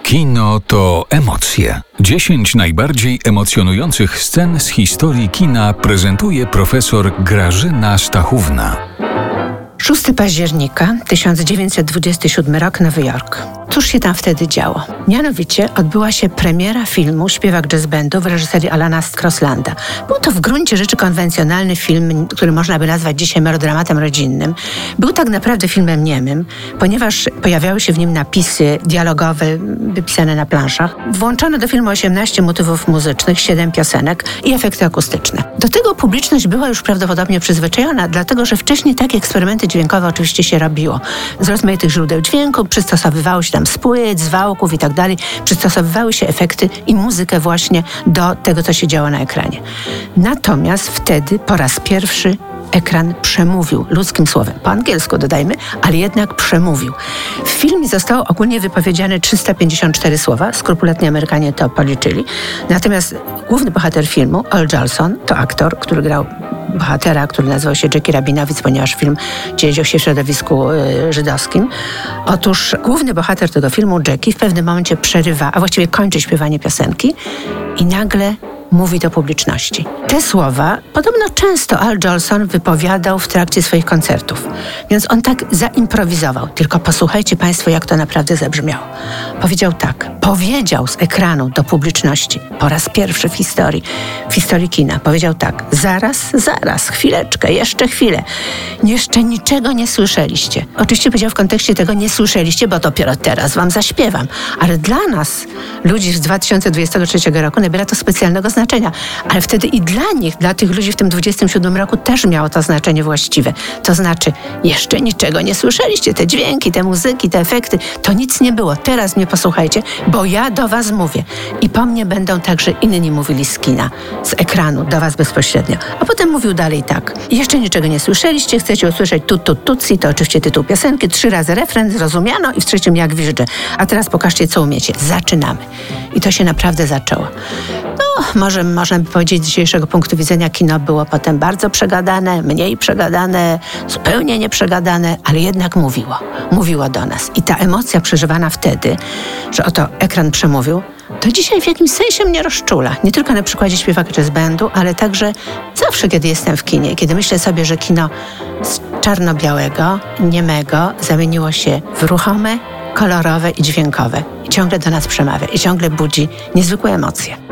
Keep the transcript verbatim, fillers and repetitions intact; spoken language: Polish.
Kino to emocje. Dziesięć najbardziej emocjonujących scen z historii kina prezentuje profesor Grażyna Stachówna. szóstego października tysiąc dziewięćset dwudziesty siódmy rok, Nowy Jork. Cóż się tam wtedy działo? Mianowicie odbyła się premiera filmu Śpiewak jazz bandu w reżyserii Alana Crosslanda. Był to w gruncie rzeczy konwencjonalny film, który można by nazwać dzisiaj melodramatem rodzinnym. Był tak naprawdę filmem niemym, ponieważ pojawiały się w nim napisy dialogowe wypisane na planszach. Włączono do filmu osiemnaście motywów muzycznych, siedem piosenek i efekty akustyczne. Do tego publiczność była już prawdopodobnie przyzwyczajona, dlatego że wcześniej takie eksperymenty dźwiękowe oczywiście się robiło. Z rozmaitych źródeł dźwięku przystosowywało się tam z płyt, z wałków i tak dalej, przystosowywały się efekty i muzykę właśnie do tego, co się działo na ekranie. Natomiast wtedy po raz pierwszy ekran przemówił ludzkim słowem. Po angielsku dodajmy, ale jednak przemówił. W filmie zostało ogólnie wypowiedziane trzysta pięćdziesiąt cztery słowa. Skrupulatni Amerykanie to policzyli. Natomiast główny bohater filmu, Al Jolson, to aktor, który grał bohatera, który nazywał się Jackie Rabinowicz, ponieważ film dzieje się w środowisku y, żydowskim. Otóż główny bohater tego filmu, Jackie, w pewnym momencie przerywa, a właściwie kończy śpiewanie piosenki i nagle mówi do publiczności. Te słowa podobno często Al Jolson wypowiadał w trakcie swoich koncertów. Więc on tak zaimprowizował. Tylko posłuchajcie Państwo, jak to naprawdę zabrzmiało. Powiedział tak. Powiedział z ekranu do publiczności po raz pierwszy w historii, w historii kina. Powiedział tak. Zaraz, zaraz, chwileczkę, jeszcze chwilę. Jeszcze niczego nie słyszeliście. Oczywiście powiedział w kontekście tego nie słyszeliście, bo dopiero teraz wam zaśpiewam. Ale dla nas, ludzi z dwa tysiące dwudziestego trzeciego roku, nabiera to specjalnego znaczenia. Ale wtedy i dla nich, dla tych ludzi w tym dwudziestym siódmym roku też miało to znaczenie właściwe. To znaczy, jeszcze niczego nie słyszeliście. Te dźwięki, te muzyki, te efekty, to nic nie było. Teraz mnie posłuchajcie, bo ja do was mówię. I po mnie będą także inni mówili z kina, z ekranu, do was bezpośrednio. A potem mówił dalej tak. Jeszcze niczego nie słyszeliście, chcecie usłyszeć tut, tut, tutsi, to oczywiście tytuł piosenki, trzy razy refren, zrozumiano i w trzecim jak wjeżdżę. A teraz pokażcie, co umiecie. Zaczynamy. I to się naprawdę zaczęło. No, może można by powiedzieć, z dzisiejszego punktu widzenia kino było potem bardzo przegadane, mniej przegadane, zupełnie nieprzegadane, ale jednak mówiło. Mówiło do nas. I ta emocja przeżywana wtedy, że oto ekran przemówił, to dzisiaj w jakimś sensie mnie rozczula. Nie tylko na przykładzie Śpiewaka jazz bandu, ale także zawsze, kiedy jestem w kinie, kiedy myślę sobie, że kino z czarno-białego, niemego zamieniło się w ruchome, kolorowe i dźwiękowe. I ciągle do nas przemawia. I ciągle budzi niezwykłe emocje.